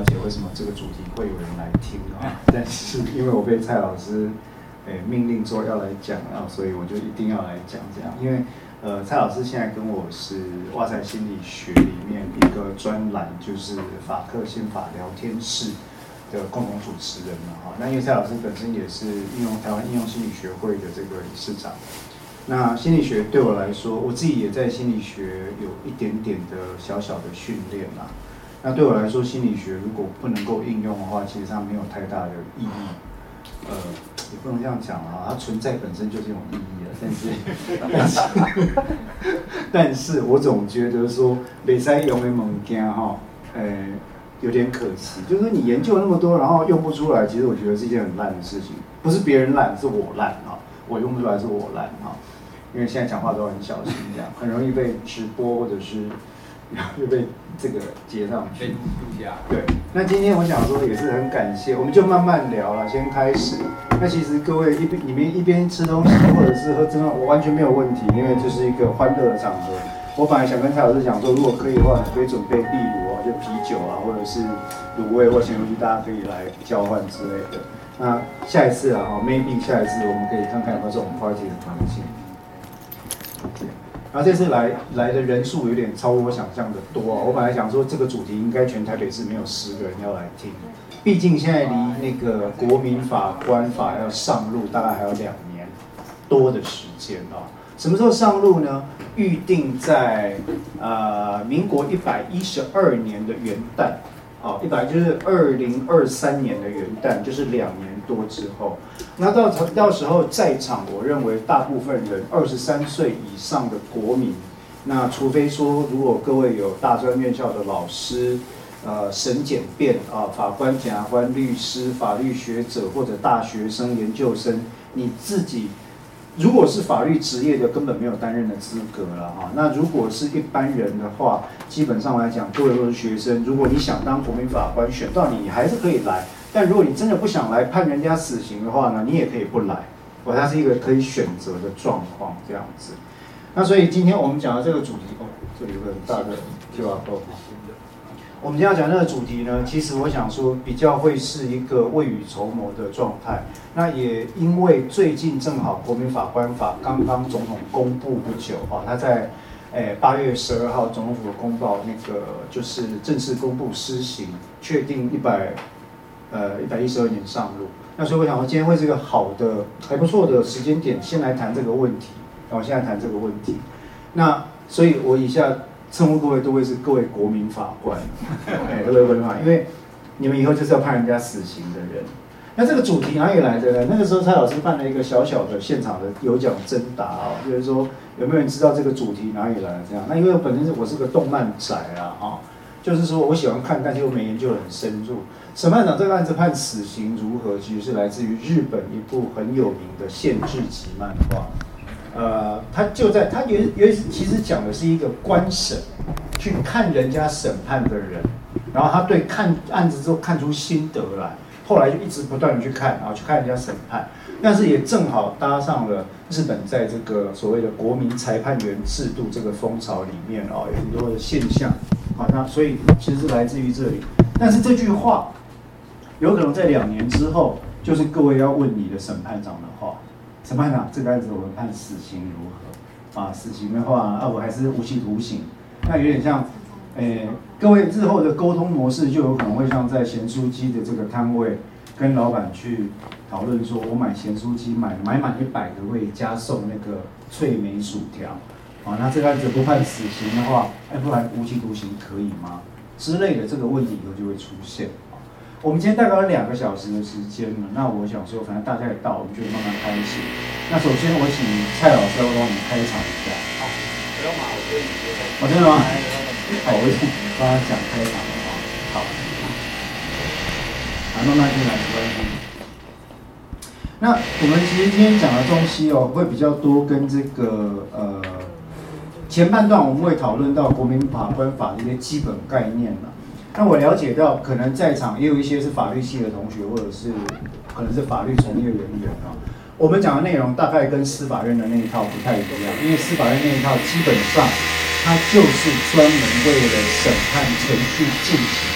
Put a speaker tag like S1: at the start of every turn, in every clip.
S1: 了解为什么这个主题会有人来听啊，但是因为我被蔡老师命令说要来讲啊，所以我就一定要来讲这样。因为蔡老师现在跟我是哇塞心理学里面一个专栏，就是法克心法聊天室的共同主持人嘛哈。那因为蔡老师本身也是台湾应用心理学会的这个理事长。那心理学对我来说，我自己也在心理学有一点点的小小的训练啦。那对我来说，心理学如果不能够应用的话，其实它没有太大的意义。也不能这样讲啊，它存在本身就是一种意义了。但是我总觉得说，没使用的物件哈，有点可惜。就是说你研究那么多，然后用不出来，其实我觉得是一件很烂的事情。不是别人烂，是我烂啊。我用不出来是我烂啊，因为现在讲话都很小心，这样很容易被直播或者是又被这个接上去。
S2: 被录下。
S1: 对，那今天我想说也是很感谢，我们就慢慢聊了，先开始。那其实各位你们一边吃东西或者是喝真的，我完全没有问题，因为这是一个欢乐的场合。我本来想跟蔡老师讲说，如果可以的话，可以准备例如就啤酒啊，或者是卤味或咸酥鸡，大家可以来交换之类的。那下一次啊 ，maybe 下一次我们可以看看有没有这种 party 的可能性。然后这次来的人数有点超乎我想象的多啊！我本来想说这个主题应该全台北市没有10个人要来听，毕竟现在离那个国民法官法要上路大概还有2年多的时间啊。什么时候上路呢？预定在民国112年的元旦。就是2023年的元旦，就是2年多之后。那到时候在场，我认为大部分人23岁以上的国民，那除非说如果各位有大专院校的老师、审检辩法官、检察官、律师、法律学者或者大学生、研究生，你自己。如果是法律职业的，根本没有担任的资格了哈。那如果是一般人的话，基本上来讲，各位都是学生。如果你想当国民法官，选到你还是可以来。但如果你真的不想来，判人家死刑的话呢，你也可以不来。它是一个可以选择的状况，这样子。那所以今天我们讲的这个主题，这里有个很大的 QR code。我们今天要讲这个主题呢，其实我想说比较会是一个未雨绸缪的状态。那也因为最近正好国民法官法刚刚总统公布不久啊，他在8月12号总统府公报那个就是正式公布施行，确定112年上路。那所以我想说今天会是一个好的还不错的时间点，先来谈这个问题。现在谈这个问题。那所以我以下称呼各位都会是各位国民法官，各位国民法官，因为你们以后就是要判人家死刑的人。那这个主题哪里来的呢？那个时候蔡老师办了一个小小的现场的有奖征答就是说有没有人知道这个主题哪里来的这样？那因为本身我是个动漫宅就是说我喜欢看，但是又没研究得很深入。审判长这个案子判死刑如何，其实是来自于日本一部很有名的限制级漫画。他其实讲的是一个官审，去看人家审判的人，然后他对看案子之后看出心得来，后来就一直不断的去看，然后去看人家审判，但是也正好搭上了日本在这个所谓的国民裁判员制度这个风潮里面有很多的现象，那所以其实是来自于这里。但是这句话有可能在2年之后，就是各位要问你的审判长的话。审判长，这个案子我们判死刑如何？死刑的话，我还是无期徒刑。那有点像，各位日后的沟通模式就有可能会像在咸酥鸡的这个摊位，跟老板去讨论说，我买咸酥鸡买满100个，会加送那个脆梅薯条。那这个案子不判死刑的话，不然无期徒刑可以吗？之类的这个问题以后就会出现。我们今天大概有2个小时的时间了，那我想说，反正大家也到，我们就慢慢开始。那首先我请蔡老师要帮我们开场一下。
S2: 好，不用嘛，我觉得你觉得。
S1: 真的吗？好，我帮他讲开场的话。好，慢慢进来，没关系。那我们其实今天讲的东西会比较多跟这个前半段我们会讨论到国民法官法的一些基本概念了。那我了解到，可能在场也有一些是法律系的同学，或者是可能是法律从业人员我们讲的内容大概跟司法院的那一套不太一样，因为司法院那一套基本上它就是专门为了审判程序进行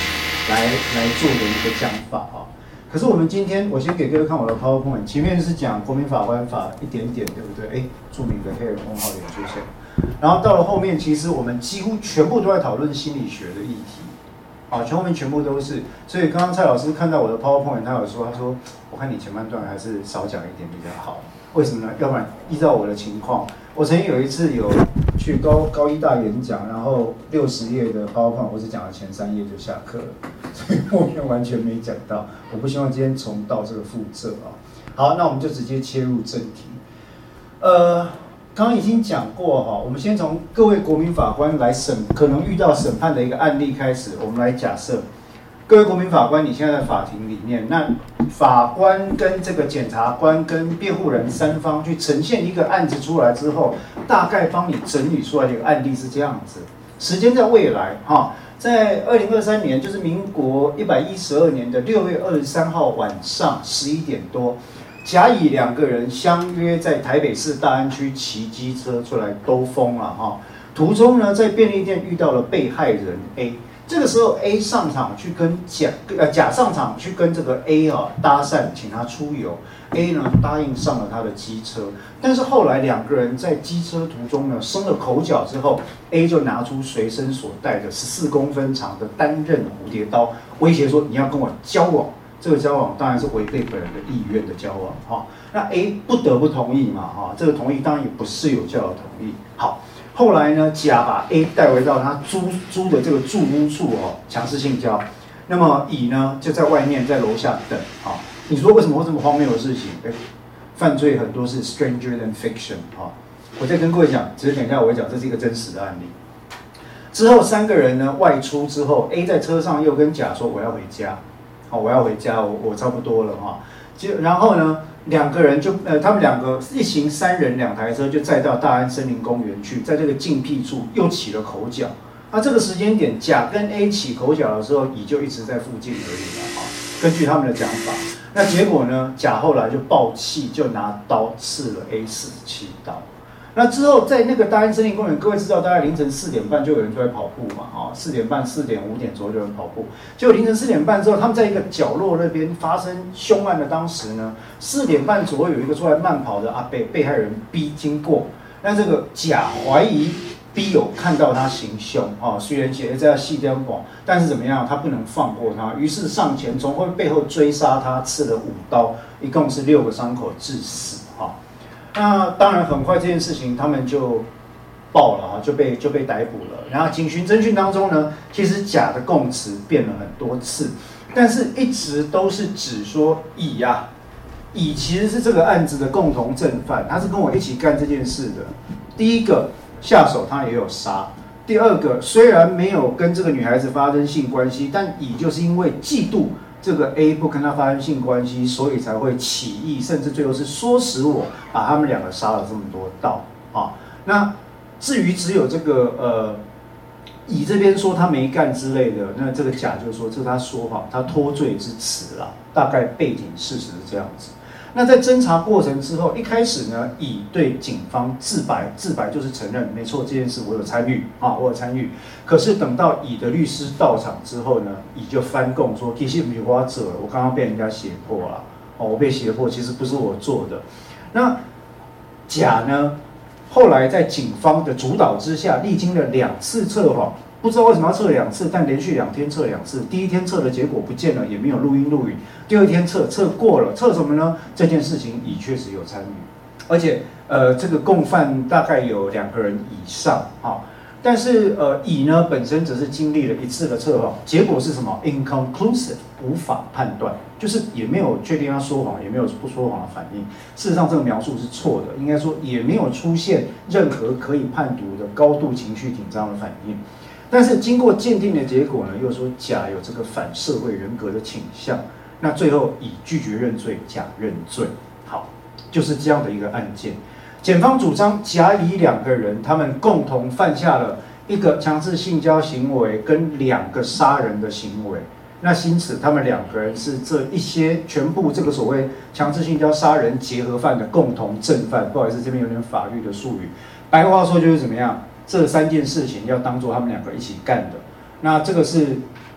S1: 来做的一个讲法啊。可是我们今天，我先给各位看我的 PowerPoint， 前面是讲国民法官法一点点，对不对？著名的黑人问号脸出现，然后到了后面，其实我们几乎全部都在讨论心理学的议题。后面全部都是，所以刚刚蔡老师看到我的 PowerPoint， 他说我看你前半段还是少讲一点比较好，为什么呢？要不然依照我的情况，我曾经有一次有去高一大演讲，然后60页的 PowerPoint， 我只讲了前3页就下课了，所以后面完全没讲到。我不希望今天重蹈这个覆辙啊。好，那我们就直接切入正题。刚刚已经讲过哈，我们先从各位国民法官来可能遇到审判的一个案例开始，我们来假设，各位国民法官，你现在在法庭里面，那法官跟这个检察官跟辩护人三方去呈现一个案子出来之后，大概帮你整理出来的一个案例是这样子，时间在未来哈，在2023年，就是民国112年的6月23号晚上11点多。甲乙2个人相约在台北市大安区骑机车出来兜风了哈，途中呢在便利店遇到了被害人 A， 这个时候 A 上场去跟甲上场去跟这个 A 搭讪，请他出游 ，A 呢答应上了他的机车，但是后来2个人在机车途中呢生了口角之后 ，A 就拿出随身所带的14公分长的单刃蝴蝶刀，威胁说你要跟我交往。这个交往当然是违背本人的意愿的交往哈，那 A 不得不同意嘛哈，这个同意当然也不是有效的同意。好，后来呢，甲把 A 带回到他租的这个住屋处强制性交，那么乙呢就在外面在楼下等啊。你说为什么会这么荒谬的事情？犯罪很多是 stranger than fiction 啊。我再跟各位讲，只是等一下我会讲，这是一个真实的案例。之后3个人呢外出之后 ，A 在车上又跟甲说我要回家。我要回家，我差不多了哈。然后呢，2个人就他们2个一行3人2台车就载到大安森林公园去，在这个禁闭处又起了口角。那这个时间点，甲跟 A 起口角的时候，乙就一直在附近而已了哈。根据他们的讲法，那结果呢，甲后来就爆气，就拿刀刺了 A 47刀。那之后，在那个大安森林公园，各位知道，大概凌晨4点半就有人出来跑步嘛，4点半、4点、5点左右就有人跑步。结果凌晨4点半之后，他们在一个角落那边发生凶案的当时呢，4点半左右有一个出来慢跑的被害人 B 经过，那这个甲怀疑 B 有看到他行凶虽然写在细点广，但是怎么样，他不能放过他，于是上前从背后追杀他，刺了5刀，一共是6个伤口致死那当然，很快这件事情他们就爆了就被逮捕了。然后警询侦讯当中呢，其实甲的供词变了很多次，但是一直都是指说乙其实是这个案子的共同正犯，他是跟我一起干这件事的。第一个下手他也有杀，第二个虽然没有跟这个女孩子发生性关系，但乙就是因为嫉妒这个 A 不跟他发生性关系，所以才会起义，甚至最后是唆使我把他们2个杀了这么多刀那至于只有这个乙这边说他没干之类的，那这个甲就说这是他说谎，他脱罪之词啦。大概背景事实是这样子。那在侦查过程之后，一开始呢，乙对警方自白就是承认，没错，这件事我有参与我有参与。可是等到乙的律师到场之后呢，乙就翻供说，其实不是我做的，我刚刚被人家胁迫了，我被胁迫，其实不是我做的。那甲呢，后来在警方的主导之下，历经了2次测谎。不知道为什么要测2次，但连续2天测2次。第一天测的结果不见了，也没有录音录影。第二天测过了，测什么呢？这件事情乙确实有参与，而且这个共犯大概有2个人以上但是乙呢本身只是经历了1次的测谎，结果是什么 ？inconclusive， 无法判断，就是也没有确定他说谎，也没有不说谎的反应。事实上，这个描述是错的，应该说也没有出现任何可以判读的高度情绪紧张的反应。但是经过鉴定的结果呢，又说甲有这个反社会人格的倾向。那最后乙拒绝认罪，甲认罪。好，就是这样的一个案件。检方主张甲乙2个人，他们共同犯下了一个强制性交行为跟2个杀人的行为。那因此，他们2个人是这一些全部这个所谓强制性交杀人结合犯的共同正犯。不好意思，这边有点法律的术语。白话说就是怎么样？这3件事情要当做他们2个一起干的。那这个是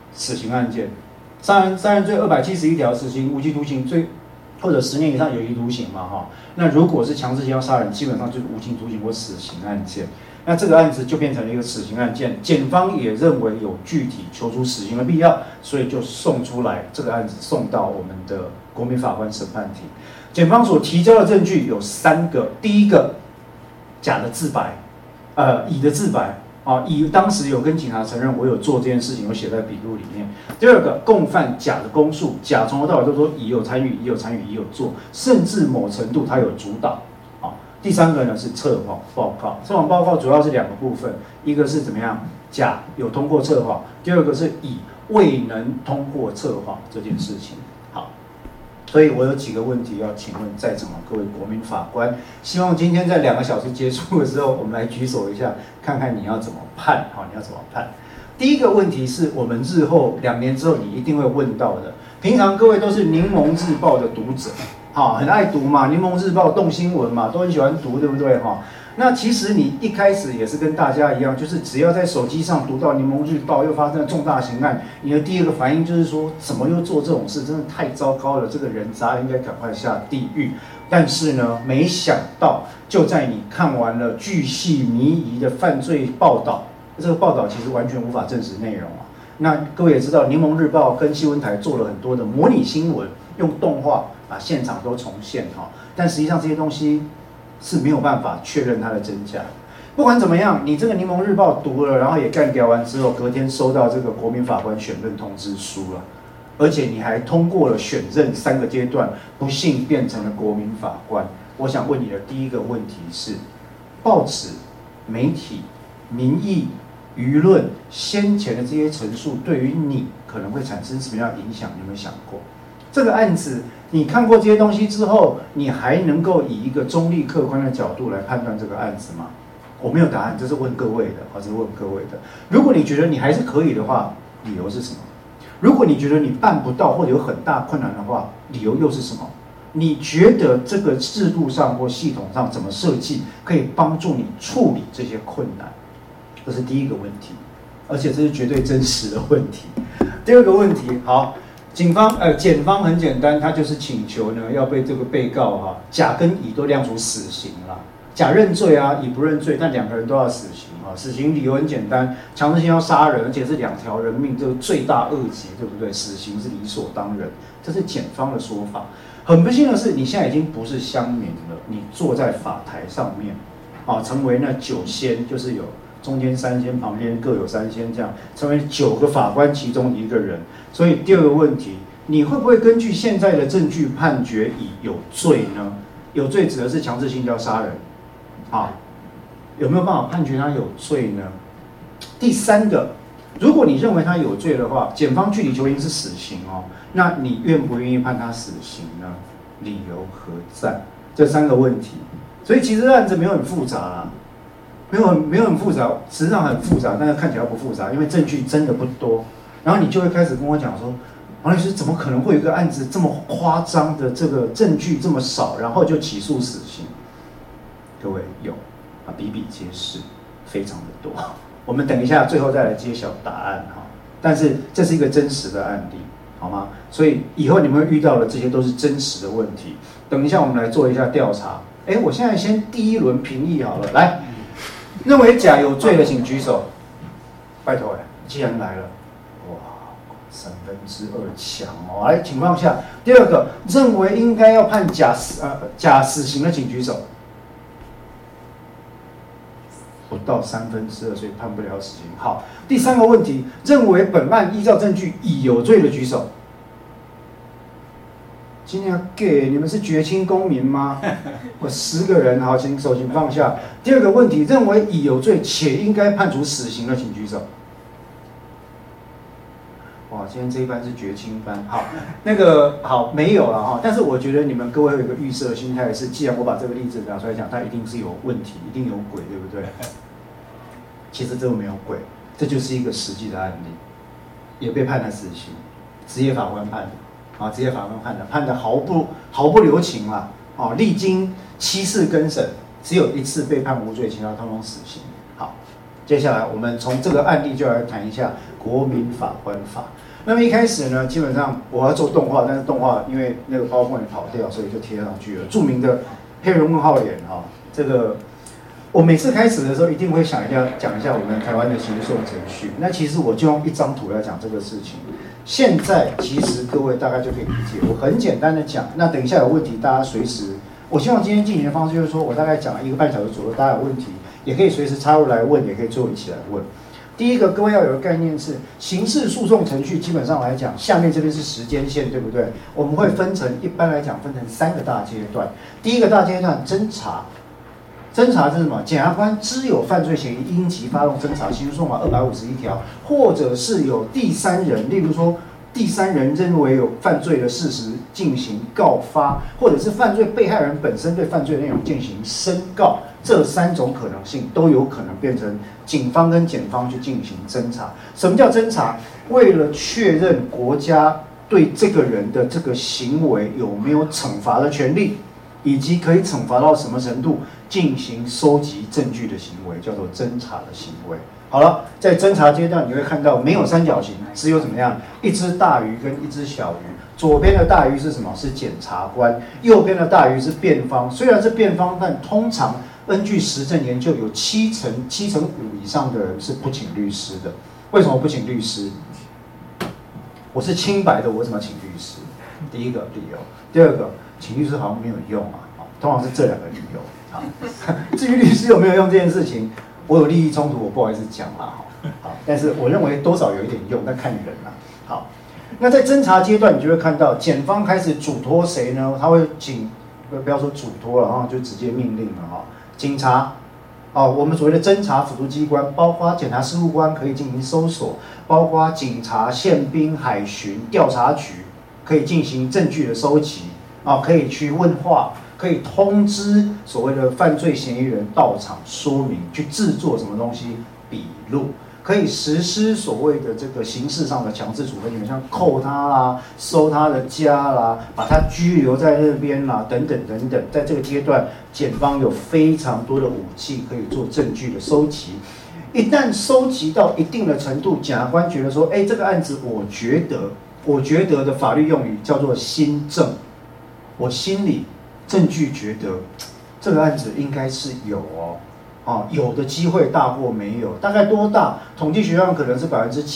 S1: 死刑案件，杀人罪271条，死刑、无期徒刑或者10年以上有期徒刑嘛哈。那如果是强制性要杀人，基本上就是无期徒刑或死刑案件。那这个案子就变成了一个死刑案件，检方也认为有具体求处死刑的必要，所以就送出来，这个案子送到我们的国民法官审判庭。检方所提交的证据有3个，第一个甲的自白，乙的自白啊，乙当时有跟警察承认我有做这件事情，有写在笔录里面。第二个共犯甲的供述，甲从头到尾都说乙有参与，乙有参与，乙有做，甚至某程度他有主导。第3个呢是测谎报告，测谎报告主要是2个部分，一个是怎么样，甲有通过测谎，第二个是乙未能通过测谎这件事情。好，所以我有几个问题要请问在场的各位国民法官，希望今天在2个小时结束的时候，我们来举手一下，看看你要怎么判，好，你要怎么判？第一个问题是我们日后2年之后你一定会问到的，平常各位都是柠檬日报的读者。好，很爱读嘛，柠檬日报、动新闻嘛，都很喜欢读，对不对哈？那其实你一开始也是跟大家一样，就是只要在手机上读到柠檬日报又发生了重大刑案，你的第一个反应就是说，怎么又做这种事？真的太糟糕了，这个人渣应该赶快下地狱。但是呢，没想到就在你看完了巨细靡遗的犯罪报道，这个报道其实完全无法证实内容啊。那各位也知道，柠檬日报跟新闻台做了很多的模拟新闻，用动画把现场都重现哈，但实际上这些东西是没有办法确认它的真假。不管怎么样，你这个柠檬日报读了，然后也干掉完之后，隔天收到这个国民法官选任通知书了，而且你还通过了选任3个阶段，不幸变成了国民法官。我想问你的第一个问题是：报纸、媒体、民意、舆论先前的这些陈述，对于你可能会产生什么样的影响？你有没有想过？这个案子你看过这些东西之后，你还能够以一个中立客观的角度来判断这个案子吗？我没有答案，这是问各位的，这是问各位的。如果你觉得你还是可以的话，理由是什么？如果你觉得你办不到或者有很大困难的话，理由又是什么？你觉得这个制度上或系统上怎么设计，可以帮助你处理这些困难？这是第一个问题，而且这是绝对真实的问题。第二个问题，好，检方很简单，他就是请求呢要被这个被告甲跟乙都量处死刑了。甲认罪啊，乙不认罪，但2个人都要死刑啊。死刑理由很简单，强制性要杀人，而且是2条人命，这个罪大恶极，对不对？死刑是理所当然，这是检方的说法。很不幸的是，你现在已经不是乡民了，你坐在法台上面，成为那9仙，就是有中间3仙，旁边各有3仙，这样成为9个法官其中1个人。所以第二个问题，你会不会根据现在的证据判决乙有罪呢？有罪指的是强制性交杀人，有没有办法判决他有罪呢？第3个，如果你认为他有罪的话，检方具体求刑是死刑哦，那你愿不愿意判他死刑呢？理由何在？这3个问题，所以其实案子没有很复杂啦，没有很复杂，实际上很复杂，但是看起来不复杂，因为证据真的不多。然后你就会开始跟我讲说，王律师怎么可能会有一个案子这么夸张的这个证据这么少，然后就起诉死刑？各位有比比皆是，非常的多。我们等一下最后再来揭晓答案哈。但是这是一个真实的案例，好吗？所以以后你们会遇到的这些都是真实的问题。等一下我们来做一下调查。我现在先第一轮评议好了，来，认为甲有罪的请举手。拜托既然来了，哇，2/3强哦！来，请放下。第二个，认为应该要判甲死刑的请举手。不到2/3，所以判不了死刑。好，第3个问题，认为本案依照证据乙有罪的举手。今天要给你们是绝亲公民吗？我10个人，好，请手请放下。第2个问题，认为乙有罪且应该判处死刑的请举手。哇，今天这一班是绝亲班。好，好没有了哈。但是我觉得你们各位有一个预设心态是，既然我把这个例子拿出来讲，它一定是有问题，一定有鬼，对不对？其实这个没有鬼，这就是一个实际的案例，也被判了死刑，职业法官判的，职业法官判的毫不留情啦，历经7次更审，只有1次被判无罪，其他通通死刑。好， 接下来我们从这个案例就来谈一下国民法官法。那么一开始呢，基本上我要做动画，但是动画因为那个PowerPoint跑掉，所以就贴上去了。著名的黑人问号脸哈，这个我每次开始的时候一定会想一下讲一下我们台湾的刑诉程序。那其实我就用一张图来讲这个事情。现在其实各位大概就可以理解，我很简单的讲。那等一下有问题，大家随时。我希望今天进行的方式就是说，我大概讲1个半小时左右，大家有问题也可以随时插入来问，也可以最后一起来问。第一个，各位要有个概念是，刑事诉讼程序基本上来讲，下面这边是时间线，对不对？我们会分成，一般来讲分成3个大阶段。第一个大阶段，侦查。侦查是什么？检察官知有犯罪嫌疑，应即发动侦查。刑事诉讼法251条，或者是有第三人，例如说第三人认为有犯罪的事实进行告发，或者是犯罪被害人本身对犯罪内容进行申告，这3种可能性都有可能变成警方跟检方去进行侦查。什么叫侦查？为了确认国家对这个人的这个行为有没有惩罚的权利，以及可以惩罚到什么程度，进行收集证据的行为，叫做侦查的行为。好了，在侦查阶段，你会看到没有三角形，只有怎么样？一只大鱼跟一只小鱼。左边的大鱼是什么？是检察官。右边的大鱼是辩方。虽然是辩方，但通常根据实证研究，有7成5以上的人是不请律师的。为什么不请律师？我是清白的，我为什么要请律师？第一个理由。第二个，请律师好像没有用啊。通常是这2个理由。好，至于律师有没有用这件事情，我有利益冲突，我不好意思讲啦。好，但是我认为多少有一点用，但看人啦。好，那在侦查阶段，你就会看到检方开始嘱托谁呢？他会请，不要说嘱托了哈，就直接命令了哈。警察，我们所谓的侦查辅助机关，包括检察事务官可以进行搜索，包括警察、宪兵、海巡、调查局可以进行证据的收集，可以去问话。可以通知所谓的犯罪嫌疑人到场说明，去制作什么东西笔录，可以实施所谓的这个刑事上的强制处分，你们像扣他啦、收他的家啦、把他拘留在那边啦，等等等等。在这个阶段，检方有非常多的武器可以做证据的收集。一旦收集到一定的程度，检察官觉得说，这个案子我觉得的法律用语叫做心证，我心里。证据觉得这个案子应该是有有的机会大或没有，大概多大？统计学上可能是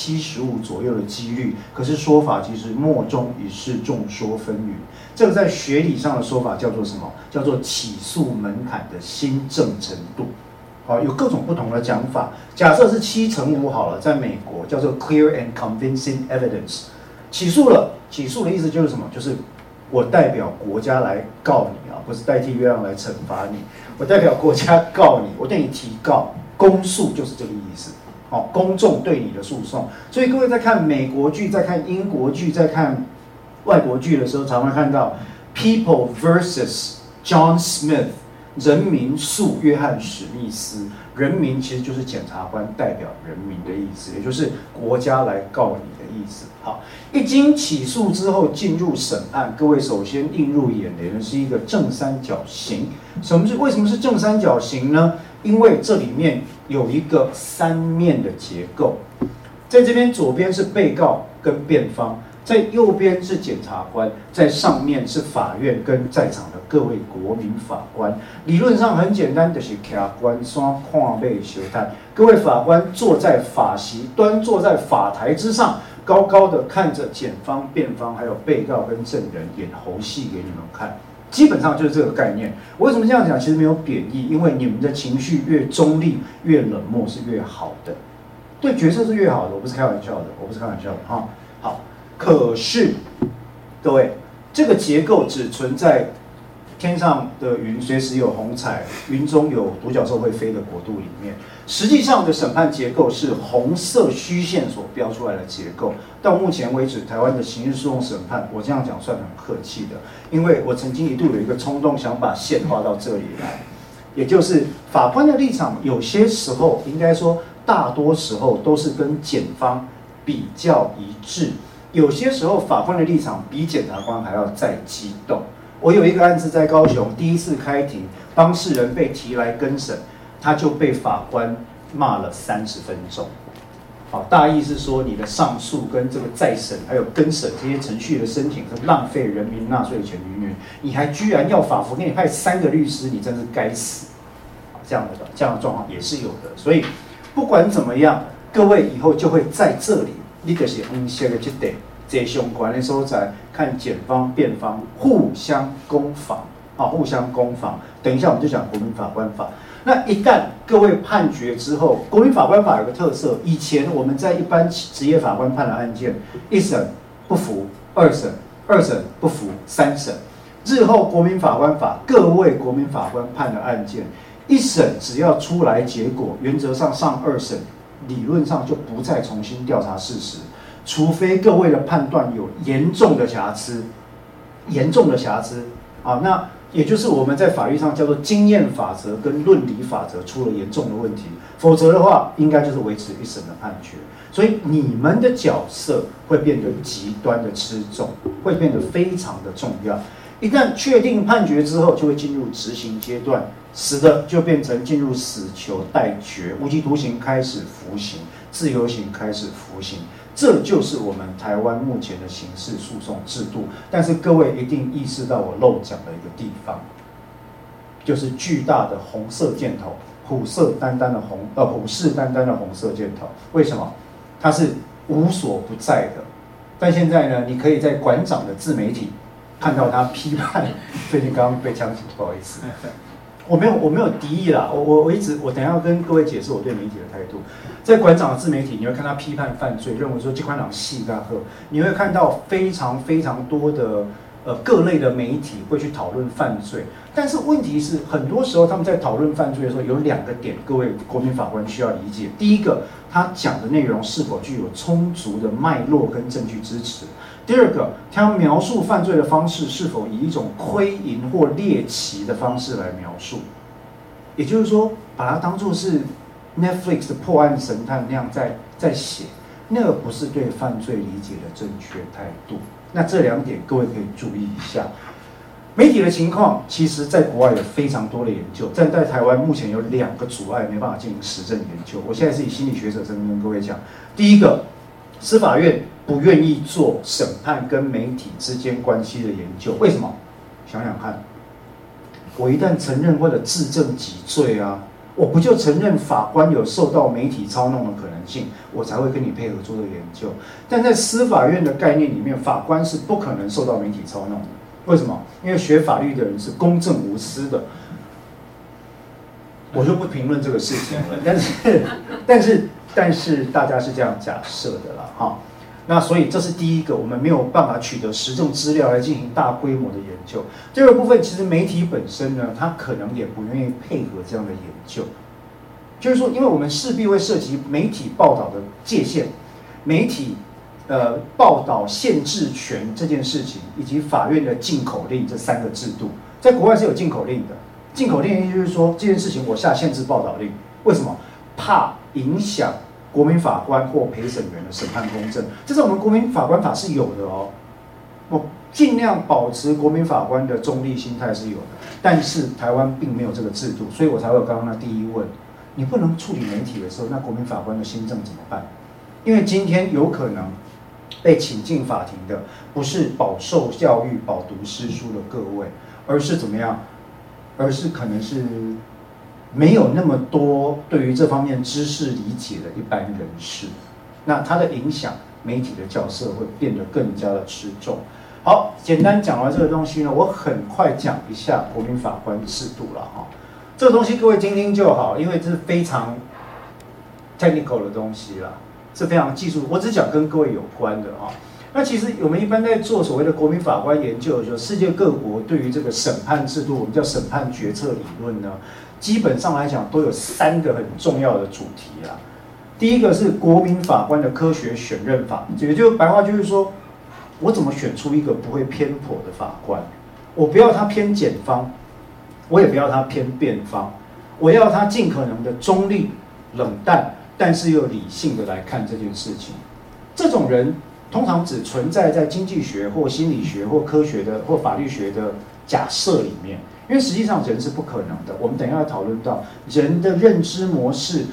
S1: 75%左右的几率，可是说法其实莫衷一是，众说纷纭。这个在学理上的说法叫做什么？叫做起诉门槛的心证程度。有各种不同的讲法。假设是5%好了，在美国叫做 clear and convincing evidence。起诉的意思就是什么？就是我代表国家来告你不是代替月亮来惩罚你。我代表国家告你，我对你提告，公诉就是这个意思。公众对你的诉讼。所以各位在看美国剧、在看英国剧、在看外国剧的时候，常常看到 People vs. John Smith， 人民诉约翰史密斯。人民其实就是检察官代表人民的意思，也就是国家来告你的意思。好，一经起诉之后进入审案，各位首先映入眼帘的是一个正三角形。为什么是正三角形呢？因为这里面有一个3面的结构，在这边左边是被告跟辩方，在右边是检察官，在上面是法院跟在场的各位国民法官。理论上很简单，就是卡官双看背修探，各位法官坐在法席，端坐在法台之上，高高的看着检方、辩方还有被告跟证人演猴戏给你们看。基本上就是这个概念。我为什么这样讲？其实没有贬义，因为你们的情绪越中立、越冷漠是越好的，对角色是越好的。我不是开玩笑的哈。好，可是各位，这个结构只存在天上的云随时有虹彩，云中有独角兽会飞的国度里面。实际上的审判结构是红色虚线所标出来的结构。到目前为止，台湾的刑事诉讼审判，我这样讲算很客气的，因为我曾经一度有一个冲动，想把线画到这里来，也就是法官的立场，有些时候应该说大多时候都是跟检方比较一致，有些时候法官的立场比检察官还要再激动。我有一个案子在高雄，第一次开庭，当事人被提来更审，他就被法官骂了30分钟。好，大意是说你的上诉跟这个再审还有更审这些程序的申请是浪费人民纳税钱你还居然要法服给你派3个律师，你真是该死。这样的状况也是有的，所以不管怎么样，各位以后就会在这里，你就是写的这点这相关的所在，看检方辩方互相攻防，互相攻防。等一下我们就讲国民法官法。那一旦各位判决之后，国民法官法有个特色，以前我们在一般职业法官判的案件，1审不服，2审，2审不服，3审。日后国民法官法，各位国民法官判的案件，1审只要出来结果，原则上上2审，理论上就不再重新调查事实，除非各位的判断有严重的瑕疵，那也就是我们在法律上叫做经验法则跟论理法则出了严重的问题，否则的话，应该就是维持1审的判决。所以你们的角色会变得极端的吃重，会变得非常的重要。一旦确定判决之后，就会进入执行阶段，使得就变成进入死囚待决，无期徒刑开始服刑，自由刑开始服刑。这就是我们台湾目前的刑事诉讼制度。但是各位一定意识到我漏讲的一个地方，就是巨大的红色箭头，虎视眈眈的红色箭头。为什么？它是无所不在的。但现在呢，你可以在馆长的自媒体看到他批判，最近刚刚被枪击，不好意思，我没有敌意啦，我等一下要跟各位解释我对媒体的态度。在馆长的自媒体，你会看他批判犯罪，认为说这款党戏大喝，你会看到非常多的各类的媒体会去讨论犯罪，但是问题是很多时候他们在讨论犯罪的时候有2个点，各位国民法官需要理解。第一个，他讲的内容是否具有充足的脉络跟证据支持。第二个，他描述犯罪的方式是否以一种窥淫或猎奇的方式来描述，也就是说，把它当作是 Netflix 的破案神探那样在写，那个不是对犯罪理解的正确态度。那这2点各位可以注意一下。媒体的情况，其实在国外有非常多的研究，但在台湾目前有2个阻碍没办法进行实证研究。我现在是以心理学者身份跟各位讲，第一个，司法院不愿意做审判跟媒体之间关系的研究，为什么？想想看，我一旦承认或者自证己罪啊，我不就承认法官有受到媒体操弄的可能性，我才会跟你配合做这个研究。但在司法院的概念里面，法官是不可能受到媒体操弄的。为什么？因为学法律的人是公正无私的。我就不评论这个事情了，但是大家是这样假设的啦，哈。那所以这是第一个，我们没有办法取得实证资料来进行大规模的研究。第二个部分，其实媒体本身呢，它可能也不愿意配合这样的研究，就是说，因为我们势必会涉及媒体报道的界限，媒体报道限制权这件事情，以及法院的禁口令这3个制度，在国外是有禁口令的。禁口令意思就是说，这件事情我下限制报道令，为什么？怕影响国民法官或陪审员的审判公正，这是我们国民法官法是有的哦。我尽量保持国民法官的中立心态是有的，但是台湾并没有这个制度，所以我才会有刚刚的第一问：你不能处理媒体的时候，那国民法官的心证怎么办？因为今天有可能被请进法庭的不是饱受教育、饱读诗书的各位，而是怎么样？而是可能是没有那么多对于这方面知识理解的一般人士，那它的影响，媒体的角色会变得更加的吃重。好，简单讲完这个东西呢，我很快讲一下国民法官制度了哈。这个东西各位听听就好，因为这是非常 technical 的东西啦，是非常技术，我只讲跟各位有关的哈。那其实我们一般在做所谓的国民法官研究的时候，世界各国对于这个审判制度，我们叫审判决策理论呢，基本上来讲都有3个很重要的主题啦。第一个是国民法官的科学选任法，也就白话就是说，我怎么选出一个不会偏颇的法官？我不要他偏检方，我也不要他偏辩方，我要他尽可能的中立、冷淡，但是又理性的来看这件事情。这种人通常只存在在经济学或心理学或科学的或法律学的假设里面，因为实际上人是不可能的。我们等一下要讨论到人的认知模式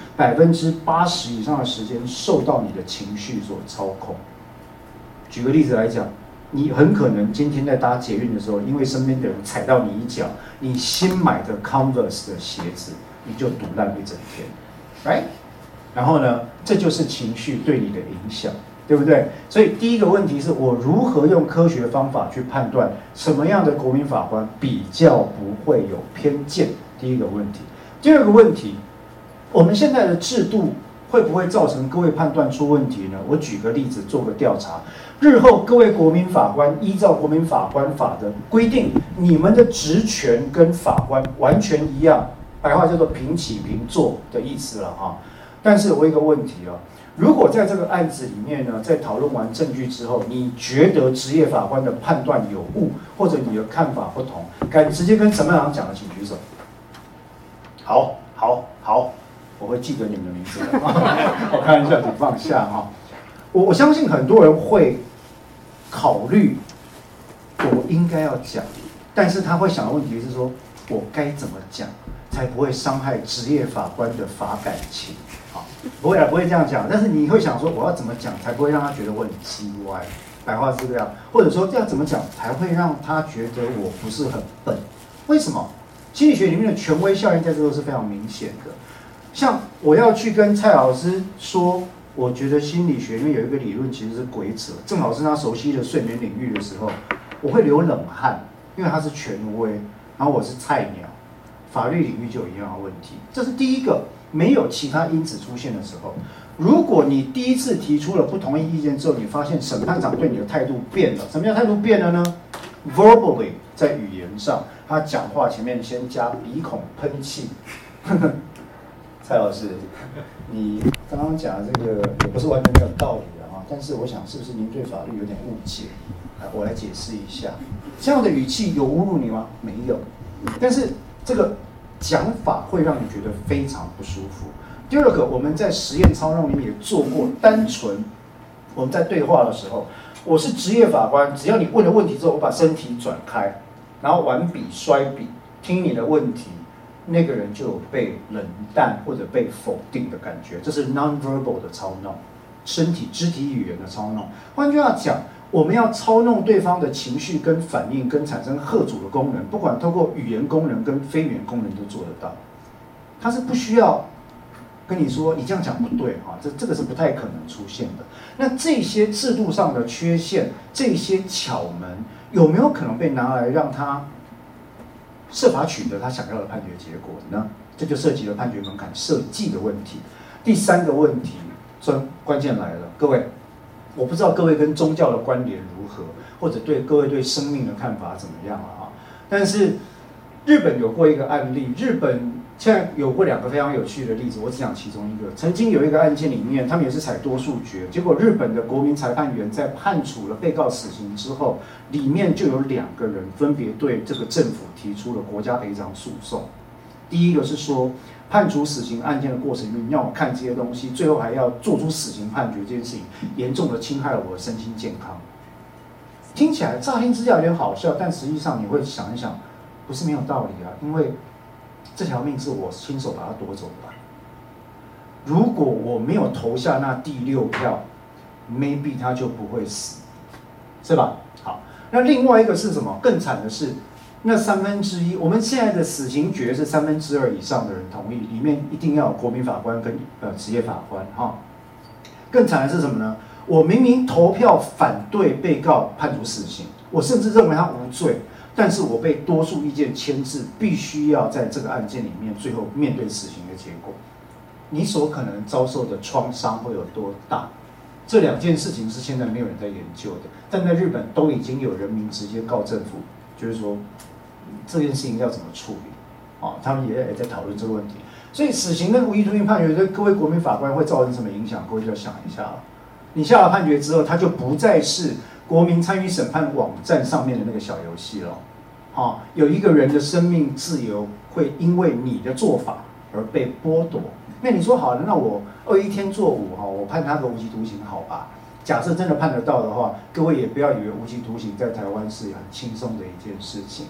S1: ，80%以上的时间受到你的情绪所操控。举个例子来讲，你很可能今天在搭捷运的时候，因为身边的人踩到你一脚，你新买的 Converse 的鞋子，你就赌烂一整天 ，right？ 然后呢，这就是情绪对你的影响，对不对？所以第一个问题是我如何用科学方法去判断什么样的国民法官比较不会有偏见？第一个问题。第二个问题，我们现在的制度会不会造成各位判断出问题呢？我举个例子，做个调查。日后各位国民法官依照国民法官法的规定，你们的职权跟法官完全一样，白话叫做平起平坐的意思了啊。但是我有一个问题啊，如果在这个案子里面呢，在讨论完证据之后，你觉得职业法官的判断有误，或者你的看法不同，敢直接跟审判长讲的，请举手。好，我会记得你们的名字的。我看一下，请放下哈。我相信很多人会考虑，我应该要讲，但是他会想的问题是说，我该怎么讲，才不会伤害职业法官的法感情？好，不会这样讲，但是你会想说，我要怎么讲才不会让他觉得我很叽歪？白话是这样，或者说要怎么讲才会让他觉得我不是很笨？为什么？心理学里面的权威效应在这都是非常明显的。像我要去跟蔡老师说，我觉得心理学里面有一个理论其实是鬼扯，正好是他熟悉的睡眠领域的时候，我会流冷汗，因为他是权威，然后我是菜鸟，法律领域就有一样的问题。这是第一个，没有其他因子出现的时候。如果你第一次提出了不同意意见之后，你发现审判长对你的态度变了，什么叫态度变了呢 ？verbally 在语言上，他讲话前面先加鼻孔喷气。蔡老师，你刚刚讲的这个也不是完全没有道理的啊，但是我想是不是您对法律有点误解？我来解释一下，这样的语气有侮辱你吗？没有，但是这个讲法会让你觉得非常不舒服。第二个，我们在实验操弄里面也做过，单纯我们在对话的时候，我是职业法官，只要你问了问题之后，我把身体转开，然后玩笔摔笔，听你的问题。那个人就有被冷淡或者被否定的感觉，这是 nonverbal 的操弄，身体肢体语言的操弄。换句话讲，我们要操弄对方的情绪跟反应，跟产生吓阻的功能，不管透过语言功能跟非语言功能都做得到。他是不需要跟你说你这样讲不对哈，这个是不太可能出现的。那这些制度上的缺陷，这些巧门，有没有可能被拿来让他设法取得他想要的判决结果呢？这就涉及了判决门槛设计的问题。第三个问题，关键来了，各位，我不知道各位跟宗教的关联如何，或者各位对生命的看法怎么样啊？但是日本有过一个案例，日本现在有过2个非常有趣的例子，我只讲其中一个。曾经有一个案件里面，他们也是采多数决，结果日本的国民裁判员在判处了被告死刑之后，里面就有2个人分别对这个政府提出了国家赔偿诉讼。第一个是说，判处死刑案件的过程里面，让我看这些东西，最后还要做出死刑判决，这件事情严重的侵害了我的身心健康。听起来乍听之下有点好笑，但实际上你会想一想，不是没有道理啊，因为这条命是我亲手把它夺走的。如果我没有投下那第6票 ，maybe 他就不会死，是吧？好，那另外一个是什么？更惨的是，那1/3，我们现在的死刑决是2/3以上的人同意，里面一定要有国民法官跟职业法官哈。更惨的是什么呢？我明明投票反对被告判处死刑，我甚至认为他无罪。但是我被多数意见牵制，必须要在这个案件里面最后面对死刑的结果。你所可能遭受的创伤会有多大？这2件事情是现在没有人在研究的，但在日本都已经有人民直接告政府，就是说这件事情要怎么处理啊？他们也在讨论这个问题。所以死刑跟无期徒刑判决对各位国民法官会造成什么影响？各位就要想一下了。你下了判决之后，它就不再是国民参与审判网站上面的那个小游戏了。有一个人的生命自由会因为你的做法而被剥夺。那你说好了，那我21天坐5我判他个无期徒刑好吧？假设真的判得到的话，各位也不要以为无期徒刑在台湾是很轻松的一件事情。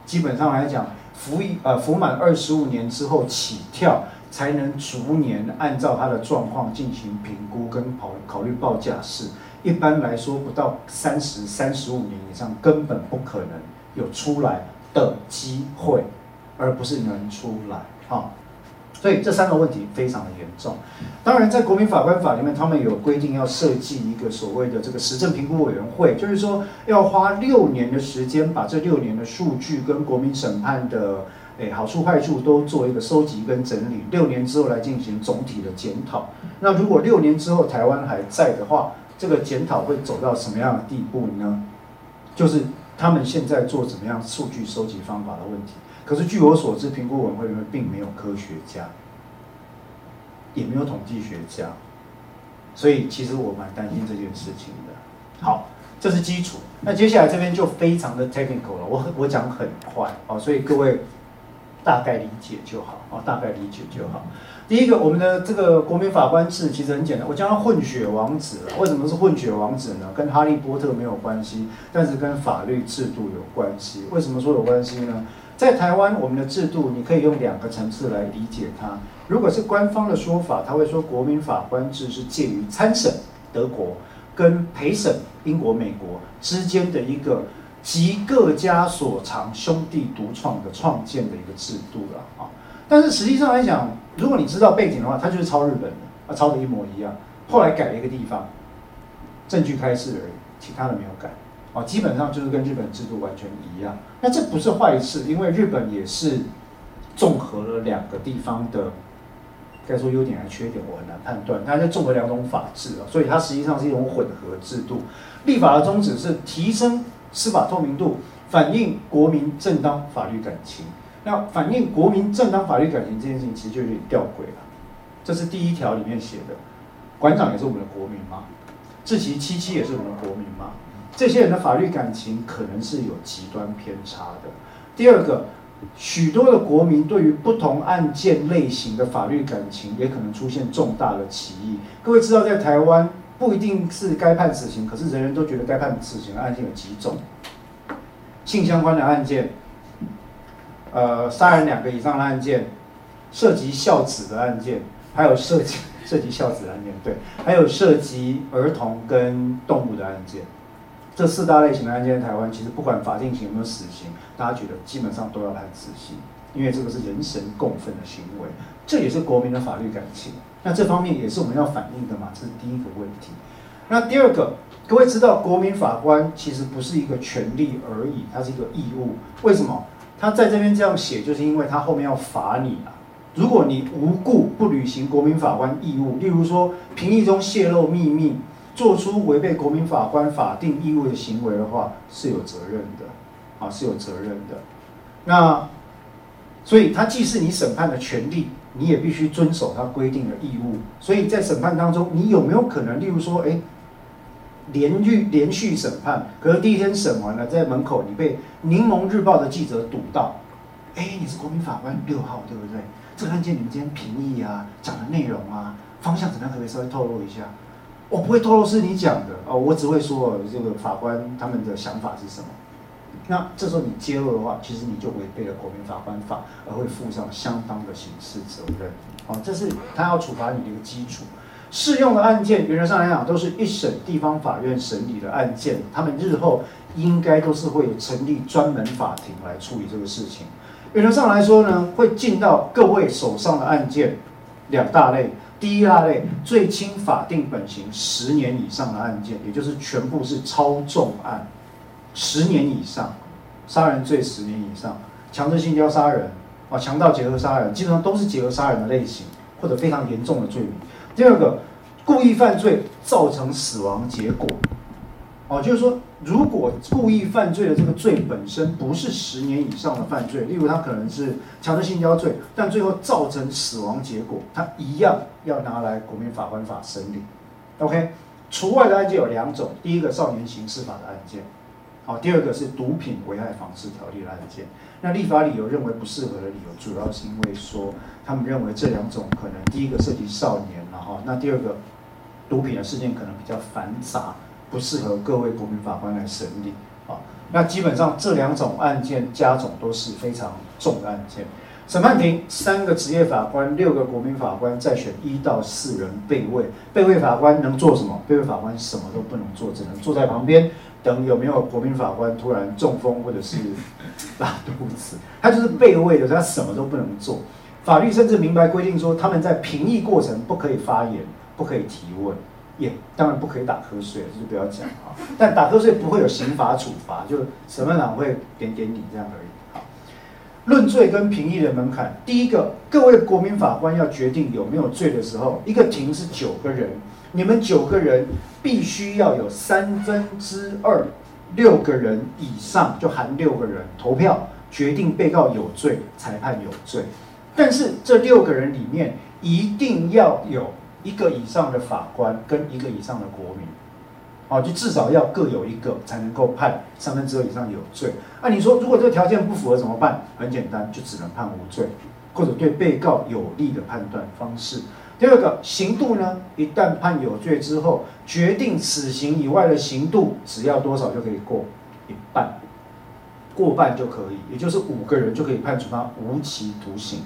S1: 基本上来讲，服满25年之后起跳，才能逐年按照他的状况进行评估跟考虑报价式。一般来说，不到35年以上，根本不可能有出来的机会，而不是能出来。好，所以这3个问题非常的严重。当然，在国民法官法里面，他们有规定要设计一个所谓的这个实证评估委员会，就是说要花6年的时间，把这6年的数据跟国民审判的好处坏处都做一个收集跟整理，6年之后来进行总体的检讨。那如果6年之后台湾还在的话，这个检讨会走到什么样的地步呢？就是他们现在做怎么样数据收集方法的问题。可是据我所知，评估委员会里面并没有科学家，也没有统计学家，所以其实我蛮担心这件事情的。好，这是基础。那接下来这边就非常的 technical 了，我讲很快哦，所以各位大概理解就好哦，大概理解就好。第一个，我们的这个国民法官制其实很简单，我叫它混血王子了。为什么是混血王子呢？跟哈利波特没有关系，但是跟法律制度有关系。为什么说有关系呢？在台湾，我们的制度你可以用2个层次来理解它。如果是官方的说法，他会说国民法官制是介于参审德国跟陪审英国、美国之间的一个集各家所长、兄弟独创的创建的一个制度了啊。但是实际上来讲，如果你知道背景的话，它就是抄日本的，抄的一模一样。后来改了一个地方，证据开示而已，其他的没有改。基本上就是跟日本制度完全一样。那这不是坏事，因为日本也是综合了2个地方的，该说优点还是缺点，我很难判断。它就综合2种法制，所以它实际上是一种混合制度。立法的宗旨是提升司法透明度，反映国民正当法律感情。那反映国民正当法律感情这件事情，其实就有点吊诡了。这是第1条里面写的，馆长也是我们的国民吗？志祺七七也是我们的国民吗？这些人的法律感情可能是有极端偏差的。第2个，许多的国民对于不同案件类型的法律感情也可能出现重大的歧义。各位知道，在台湾不一定是该判死刑，可是人人都觉得该判死刑的案件有几种：性相关的案件，杀人2个以上的案件，涉及孝子的案件，还有涉及孝子的案件，对，还有涉及儿童跟动物的案件。这4大类型的案件在台湾，其实不管法定刑有没有死刑，大家觉得基本上都要判死刑，因为这个是人神共愤的行为，这也是国民的法律感情。那这方面也是我们要反映的嘛，这是第1个问题。那第2个，各位知道国民法官其实不是一个权利而已，它是一个义务。为什么？他在这边这样写，就是因为他后面要罚你啊。如果你无故不履行国民法官义务，例如说评议中泄露秘密，做出违背国民法官法定义务的行为的话，是有责任的，是有责任的。那所以它既是你审判的权利，你也必须遵守它规定的义务。所以在审判当中，你有没有可能，例如说，连续审判，可是第1天审完了，在门口你被《柠檬日报》的记者堵到，你是国民法官6号，对不对？这个案件你们今天评议啊，讲的内容啊，方向怎么样，可不可以稍微透露一下？我不会透露是你讲的我只会说这个法官他们的想法是什么。那这时候你揭露的话，其实你就违背了国民法官法，而会负上相当的刑事责任。这是他要处罚你的一个基础。适用的案件，原则上来讲，都是一审地方法院审理的案件，他们日后应该都是会有成立专门法庭来处理这个事情。原则上来说呢，会进到各位手上的案件2大类。第1大类，最轻法定本刑10年以上的案件，也就是全部是超重案，10年以上，杀人罪10年以上，强制性交杀人强盗结合杀人，基本上都是结合杀人的类型，或者非常严重的罪名。第2个，故意犯罪造成死亡结果，就是说，如果故意犯罪的这个罪本身不是10年以上的犯罪，例如他可能是强制性交罪，但最后造成死亡结果，他一样要拿来国民法官法审理。OK， 除外的案件有2种，第1个少年刑事法的案件，第2个是毒品危害防治条例的案件。那立法理由认为不适合的理由，主要是因为说，他们认为这2种可能，第1个涉及少年，那第2个毒品的事件可能比较繁杂，不适合各位国民法官来审理那基本上这2种案件加总都是非常重的案件。审判庭3个职业法官，6个国民法官，再选1到4人备位。备位法官能做什么？备位法官什么都不能做，只能坐在旁边，等有没有国民法官突然中风或者是拉肚子，他就是备位的，他什么都不能做。法律甚至明白规定说，他们在评议过程不可以发言，不可以提问，也当然不可以打瞌睡，这就不要讲啊。但打瞌睡不会有刑罚处罚，就审判长会点点你这样而已。好，论罪跟评议的门槛，第一个，各位国民法官要决定有没有罪的时候，一个庭是9个人，你们9个人必须要有2/3，6个人以上，就含6个人投票决定被告有罪，裁判有罪。但是这6个人里面一定要有1个以上的法官跟1个以上的国民，就至少要各有1个才能够判2/3以上有罪。你说如果这个条件不符合怎么办？很简单，就只能判无罪，或者对被告有利的判断方式。第二个，刑度呢，一旦判有罪之后，决定死刑以外的刑度，只要多少就可以过一半，过半就可以，也就是5个人就可以判处他无期徒刑。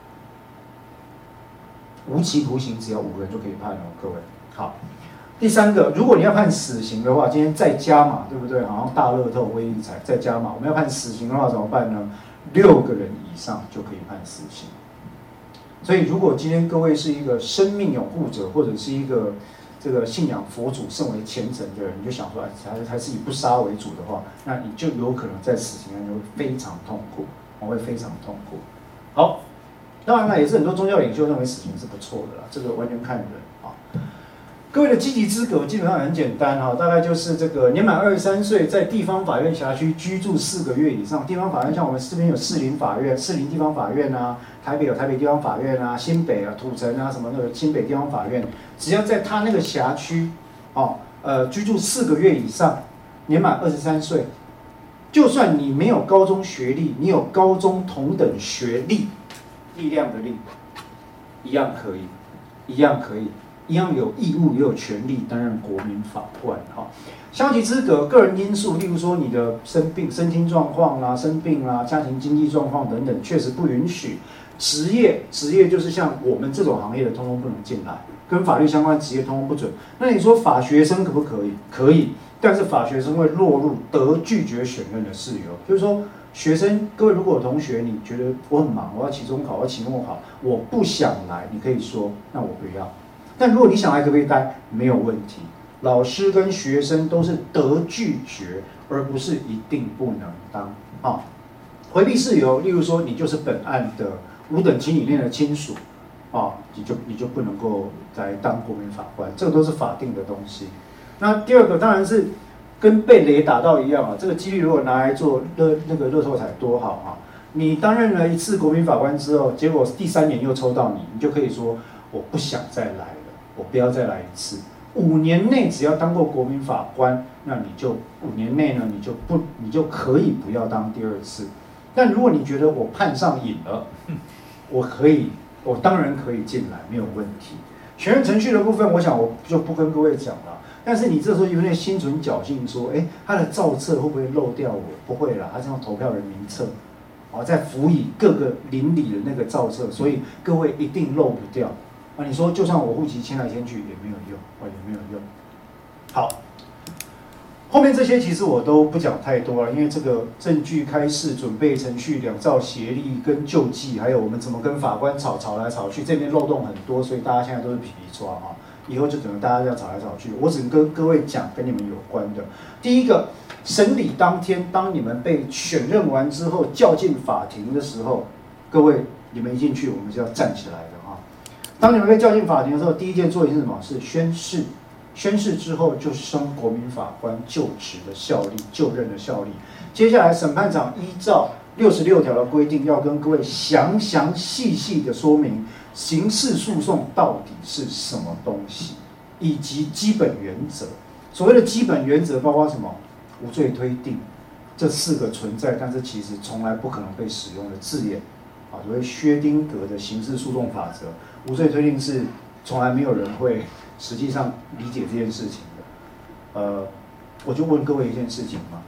S1: 无期徒刑只要5个人就可以判哦，各位。好，第3个，如果你要判死刑的话，今天再加码，对不对？好像大乐透、威力彩再加码，我们要判死刑的话怎么办呢？6个人以上就可以判死刑。所以，如果今天各位是一个生命拥护者，或者是一个这个信仰佛祖甚为虔诚的人，你就想说，还是以不杀为主的话，那你就有可能在死刑案就会非常痛苦，会非常痛苦。好。当然了，也是很多宗教领袖认为死刑是不错的啦，这个完全看人啊。各位的积极资格基本上很简单哈，大概就是这个年满23岁，在地方法院辖区居住4个月以上。地方法院像我们这边有士林法院、士林地方法院啊，台北有台北地方法院啊，新北啊、土城啊什么那个新北地方法院，只要在他那个辖区居住4个月以上，年满23岁，就算你没有高中学历，你有高中同等学历。力量的力，一样可以，一样可以，一样有义务也有权利担任国民法官哈。消极资格、个人因素，例如说你的生病、身体状况啦、生病啦、家庭经济状况等等，确实不允许。职业就是像我们这种行业的，通通不能进来，跟法律相关职业通通不准。那你说法学生可不可以？可以，但是法学生会落入得拒绝选任的事由，就是说。学生，各位如果有同学你觉得我很忙，我要期中考，我要期末考，我不想来，你可以说那我不要。但如果你想来，可不可以待？没有问题。老师跟学生都是得拒绝，而不是一定不能当。回避事由，例如说你就是本案的5等亲里面的亲属，你就不能够来当国民法官，这个都是法定的东西。那第二个当然是。跟被雷打到一样啊，这个几率如果拿来做乐透彩多好啊！你担任了1次国民法官之后，结果第3年又抽到你，你就可以说我不想再来了，我不要再来1次。5年内只要当过国民法官，那你就5年内呢，你就可以不要当第2次。但如果你觉得我判上瘾了，我当然可以进来，没有问题。选任程序的部分，我想我就不跟各位讲了。但是你这时候有点心存侥幸，说，他的造册会不会漏掉我？不会啦，他是用投票人名册，再辅以各个邻里的那个造册，所以各位一定漏不掉。你说就算我户籍迁来迁去也没有用，也没有用。好，后面这些其实我都不讲太多了，因为这个证据开示、准备程序、两造协力跟救济，还有我们怎么跟法官吵来吵去，这边漏洞很多，所以大家现在都是皮皮抓啊。以后就等着大家这样吵来吵去，我只能跟各位讲跟你们有关的。第一个，审理当天，当你们被选任完之后叫进法庭的时候，各位你们一进去，我们是要站起来的哈。当你们被叫进法庭的时候，第一件做的是什么？是宣誓。宣誓之后就升国民法官就职的效力、就任的效力。接下来审判长依照66条的规定，要跟各位详细的说明刑事诉讼到底是什么东西，以及基本原则。所谓的基本原则包括什么？无罪推定，这4个存在，但是其实从来不可能被使用的字眼。所谓薛丁格的刑事诉讼法则，无罪推定是从来没有人会实际上理解这件事情的。我就问各位一件事情嘛，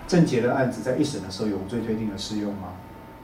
S1: 郑捷的案子在一审的时候有无罪推定的适用吗？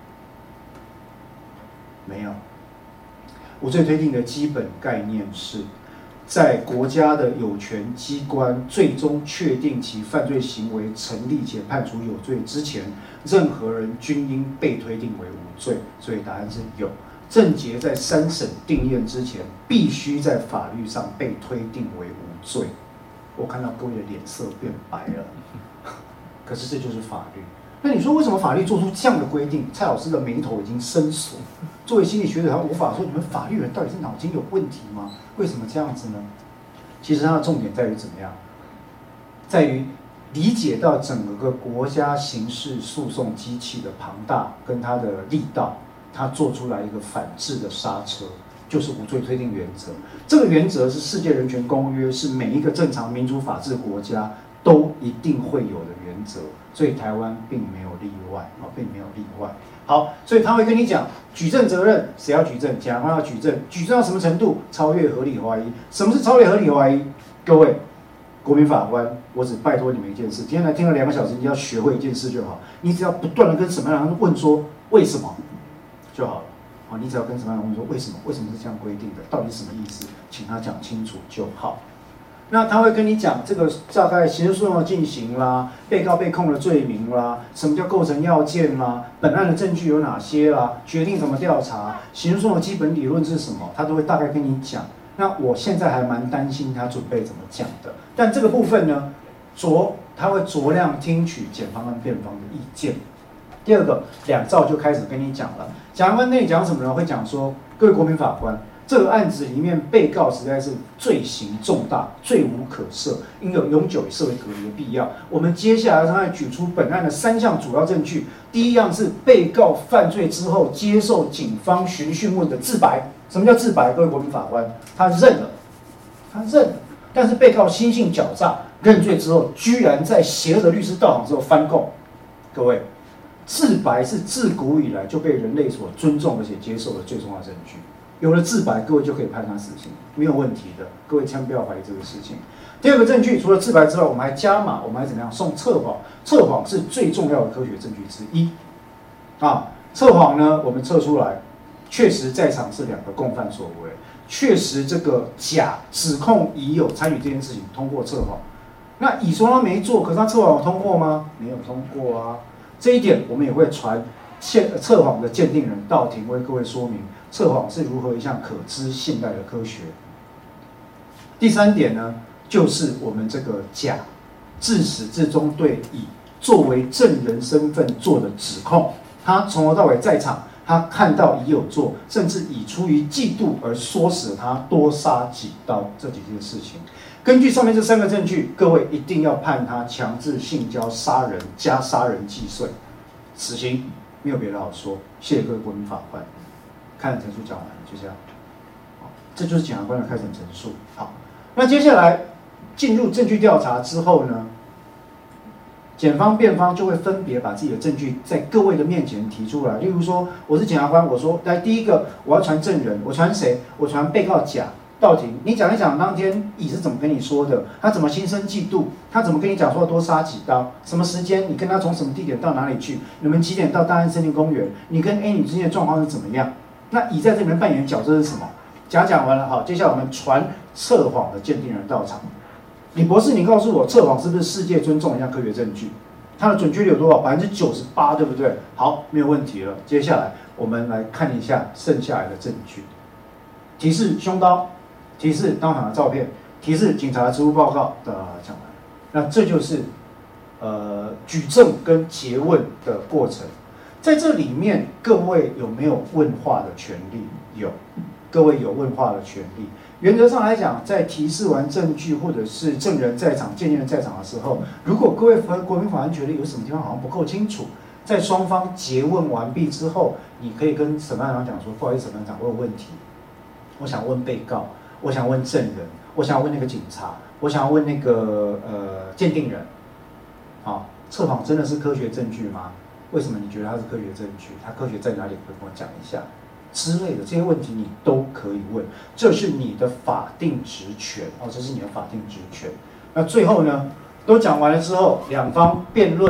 S1: 没有。无罪推定的基本概念是，在国家的有权机关最终确定其犯罪行为成立且判处有罪之前，任何人均应被推定为无罪。所以答案是有。郑捷在3审定验之前，必须在法律上被推定为无罪。我看到各位的脸色变白了，可是这就是法律。那你说为什么法律做出这样的规定？蔡老师的眉头已经深锁。作为心理学者，他无法说你们法律人到底是脑筋有问题吗？为什么这样子呢？其实它的重点在于怎么样？在于理解到整个国家刑事诉讼机器的庞大跟它的力道，它做出来一个反制的刹车，就是无罪推定原则。这个原则是世界人权公约，是每一个正常民主法治国家都一定会有的原则，所以台湾并没有例外，并没有例外。好，所以他会跟你讲，举证责任谁要举证？检察官要举证，举证到什么程度？超越合理怀疑。什么是超越合理怀疑？各位，国民法官，我只拜托你们一件事，今天来听了2个小时，你要学会一件事就好，你只要不断的跟审判长问说为什么就好了。好，你只要跟审判长问说为什么是这样规定的，到底是什么意思，请他讲清楚就好。那他会跟你讲这个大概刑事诉讼的进行啦，被告被控的罪名啦，什么叫构成要件啦，本案的证据有哪些啦，决定怎么调查，刑事诉讼的基本理论是什么，他都会大概跟你讲。那我现在还蛮担心他准备怎么讲的，但这个部分呢，他会酌量听取检方跟辩方的意见。第二个，2造就开始跟你讲了，检察官那里讲什么呢？会讲说，各位国民法官。这个案子里面，被告实在是罪行重大，罪无可赦，应有永久社会隔离的必要。我们接下来将举出本案的3项主要证据。第一样是被告犯罪之后接受警方询讯问的自白。什么叫自白？各位国民法官，他认了，但是被告心性狡诈，认罪之后，居然在邪恶的律师到场之后翻供。各位，自白是自古以来就被人类所尊重而且接受的最重要的证据。有了自白，各位就可以判他死刑，没有问题的。各位千万不要怀疑这个事情。第二个证据，除了自白之外，我们还加码，我们还怎么样？送测谎。测谎是最重要的科学证据之一。测谎呢，我们测出来，确实在场是2个共犯所为，确实这个甲指控乙有参与这件事情，通过测谎。那乙说他没做，可是他测谎有通过吗？没有通过啊。这一点我们也会传测谎的鉴定人到庭为各位说明。测谎是如何一项可知信赖的科学。第3点呢，就是我们这个甲自始至终对乙作为证人身份做的指控，他从头到尾在场，他看到乙有做，甚至乙出于嫉妒而唆使他多杀几刀这几件事情。根据上面这3个证据，各位一定要判他强制性交杀人加杀人既遂，死刑，没有别的好说。谢谢各位国民法官。开审陈述讲完了，就这样。这就是检察官的开审陈述。好，那接下来进入证据调查之后呢，检方、辩方就会分别把自己的证据在各位的面前提出来。例如说，我是检察官，我说，来第一个我要传证人，我传谁？我传被告甲到庭，你讲一讲当天乙是怎么跟你说的，他怎么心生嫉妒，他怎么跟你讲说要多杀几刀，什么时间，你跟他从什么地点到哪里去，你们几点到大安森林公园，你跟 A 女之间的状况是怎么样？那乙在这里面扮演的角色是什么？讲完了，好，接下来我们传测谎的鉴定人到场。李博士，你告诉我，测谎是不是世界尊重的一项科学证据？它的准确率有多少？98%，对不对？好，没有问题了。接下来我们来看一下剩下来的证据：提示凶刀，提示当场的照片，提示警察的职务报告。讲完，那这就是举证跟诘问的过程。在这里面，各位有没有问话的权利？有，各位有问话的权利。原则上来讲，在提示完证据或者是证人在场、鉴定人在场的时候，如果各位国民法官觉得有什么地方好像不够清楚，在双方诘问完毕之后，你可以跟审判长讲说：“不好意思，审判长，我有问题，我想问被告，我想问证人，我想问那个警察，我想问那个鉴定人。好，测谎真的是科学证据吗？为什么你觉得它是科学证据？它科学在哪里？可以跟我讲一下。”之类的这些问题你都可以问，这是你的法定职权哦，这是你的法定职权。那最后呢，都讲完了之后，两方辩论，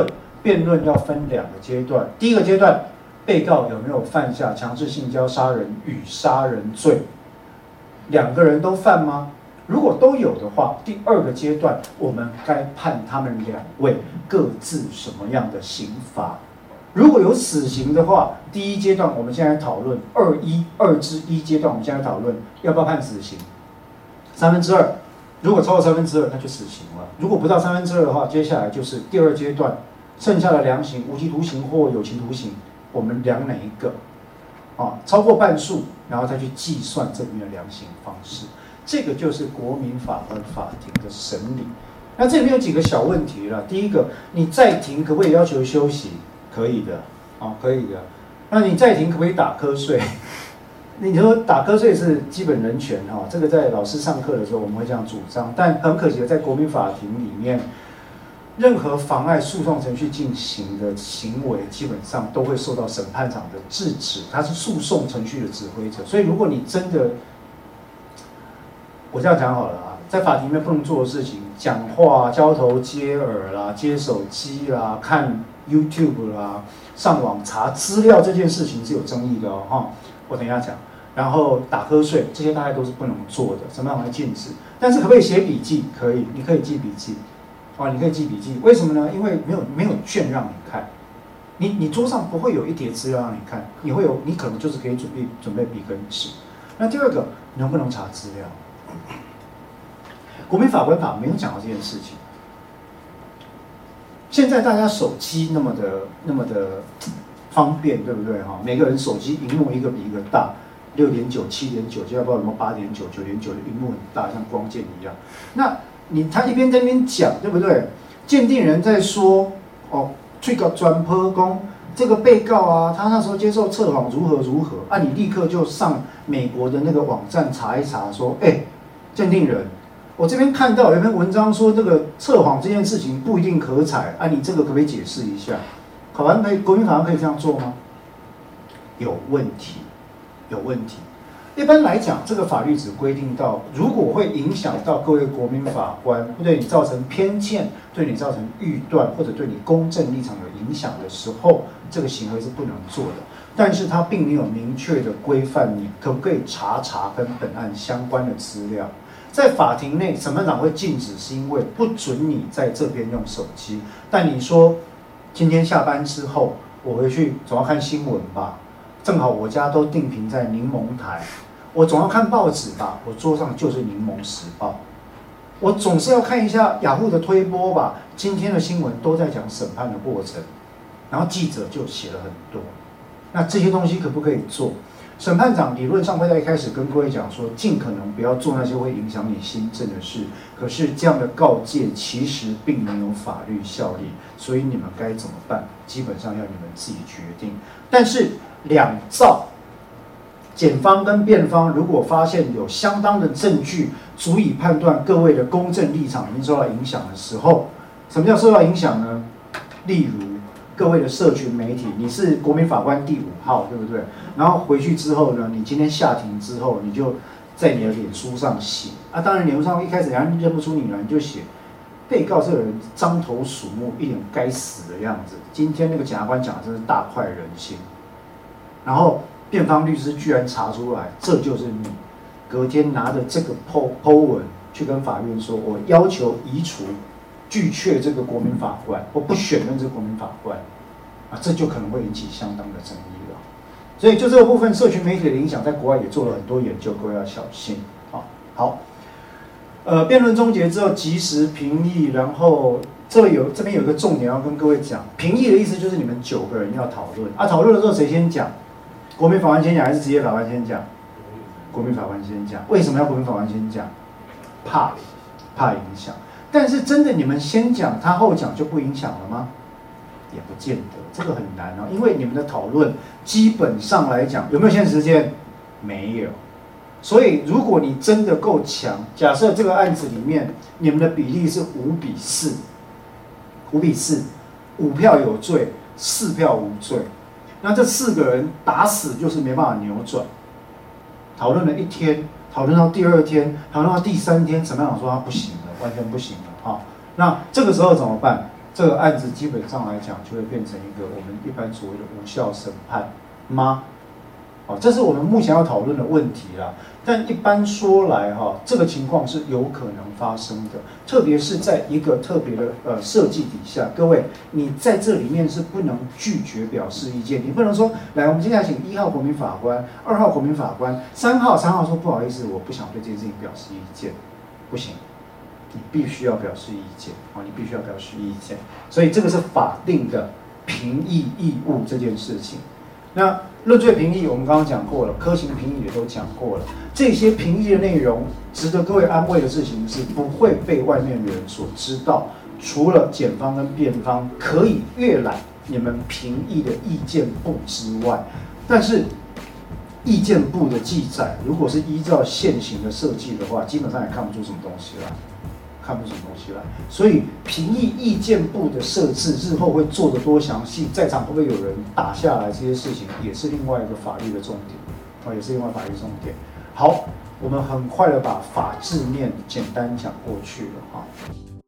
S3: 辩论要分2个阶段。第一个阶段，被告有没有犯下强制性交杀人与杀人罪？2个人都犯吗？如果都有的话，第2个阶段我们该判他们2位各自什么样的刑罚？如果有死刑的话，第一阶段我们现在讨论2之1阶段，我们现在讨论要不要判死刑，2/3，如果超过2/3，那就死刑了；如果不到2/3的话，接下来就是第2阶段，剩下的量刑，无期徒刑或有期徒刑，我们量哪一个？超过半数，然后再去计算这边的量刑方式。这个就是国民法官法庭的审理。那这里面有几个小问题了。第一个，你在庭可不可以要求休息？可以的，可以的。那你在庭可不可以打瞌睡？你说打瞌睡是基本人权这个在老师上课的时候我们会这样主张，但很可惜的，在国民法庭里面，任何妨碍诉讼程序进行的行为，基本上都会受到审判长的制止，他是诉讼程序的指挥者。所以如果你真的，我这样讲好了在法庭里面不能做的事情，讲话、交头接耳啦、接手机啦、看 YouTube 啦、上网查资料，这件事情是有争议的我等一下讲。然后打瞌睡，这些大概都是不能做的，审判长会禁止。但是可不可以写笔记？可以，你可以记笔记。你可以记笔记，为什么呢？因为没有卷让你看，你桌上不会有一叠资料让你看，你可能就是可以准备笔跟纸。那第2个，能不能查资料？国民法官法没有讲到这件事情。现在大家手机那么的方便，对不对每个人手机萤幕一个比一个大，6.9、7.9，就要不知道什么8.9、9.9的萤幕很大，像光剑一样。那他一边在那边讲，对不对？鉴定人在说，这个转坡公这个被告他那时候接受测谎如何你立刻就上美国的那个网站查一查，说，鉴定人，我这边看到有一篇文章说这个测谎这件事情不一定可采，你这个可不可以解释一下？国民法官可以这样做吗？有问题。一般来讲，这个法律只规定到，如果会影响到各位国民法官，会对你造成偏见，对你造成预断，或者对你公正立场有影响的时候，这个行为是不能做的。但是它并没有明确的规范你可不可以查跟本案相关的资料。在法庭内，审判长会禁止，是因为不准你在这边用手机。但你说，今天下班之后，我回去总要看新闻吧？正好我家都定频在柠檬台，我总要看报纸吧？我桌上就是柠檬时报，我总是要看一下雅虎的推播吧？今天的新闻都在讲审判的过程，然后记者就写了很多。那这些东西可不可以做？审判长理论上会在一开始跟各位讲说，尽可能不要做那些会影响你心证的事。可是这样的告诫其实并没有法律效力，所以你们该怎么办？基本上要你们自己决定。但是两造，检方跟辩方如果发现有相当的证据足以判断各位的公正立场已经受到影响的时候，什么叫受到影响呢？例如各位的社群媒体，你是国民法官第5号，对不对？然后回去之后呢，你今天下庭之后，你就在你的脸书上写啊，当然脸书上一开始人家认不出你了，你就写被告这个人獐头鼠目，一脸该死的样子。今天那个检察官讲的真是大快人心，然后辩方律师居然查出来，这就是你。隔天拿着这个 po 文去跟法院说，我要求移除。拒却这个国民法官，或不选任这个国民法官，这就可能会引起相当的争议了。所以就这个部分，社群媒体的影响，在国外也做了很多研究，各位要小心。好，辩论终结之后及时评议，然后这边有一个重点要跟各位讲，评议的意思就是你们9个人要讨论讨论的时候谁先讲？国民法官先讲还是职业法官先讲？国民法官先讲。为什么要国民法官先讲？怕影响。但是真的你们先讲，他后讲就不影响了吗？也不见得，这个很难因为你们的讨论基本上来讲有没有限时间？没有。所以如果你真的够强，假设这个案子里面你们的比例是5比4，5票有罪，4票无罪，那这4个人打死就是没办法扭转。讨论了1天，讨论到第2天，讨论到第3天，审判长说他不行了，完全不行了那这个时候怎么办？ 这个案子基本上来讲就会变成一个我们一般所谓的无效审判吗？哦，这是我们目前要讨论的问题啦。但一般说来哈，这个情况是有可能发生的，特别是在一个特别的设计底下，各位，你在这里面是不能拒绝表示意见，你不能说，来，我们接下来请1号国民法官、2号国民法官、3号说不好意思，我不想对这件事情表示意见，不行，你必须要表示意见，你必须要表示意见，所以这个是法定的评议义务这件事情。那论罪评议我们刚刚讲过了，科刑评议也都讲过了，这些评议的内容，值得各位安慰的事情是不会被外面的人所知道，除了检方跟辩方可以阅览你们评议的意见簿之外，但是意见簿的记载，如果是依照现行的设计的话，基本上也看不出什么东西来。看不出什么东西来，所以评议意见簿的设置日后会做得多详细，在场会不会有人打下来，这些事情也是另外一个法律的重点，也是另外法律重点。好，我们很快的把法制面简单讲过去了啊。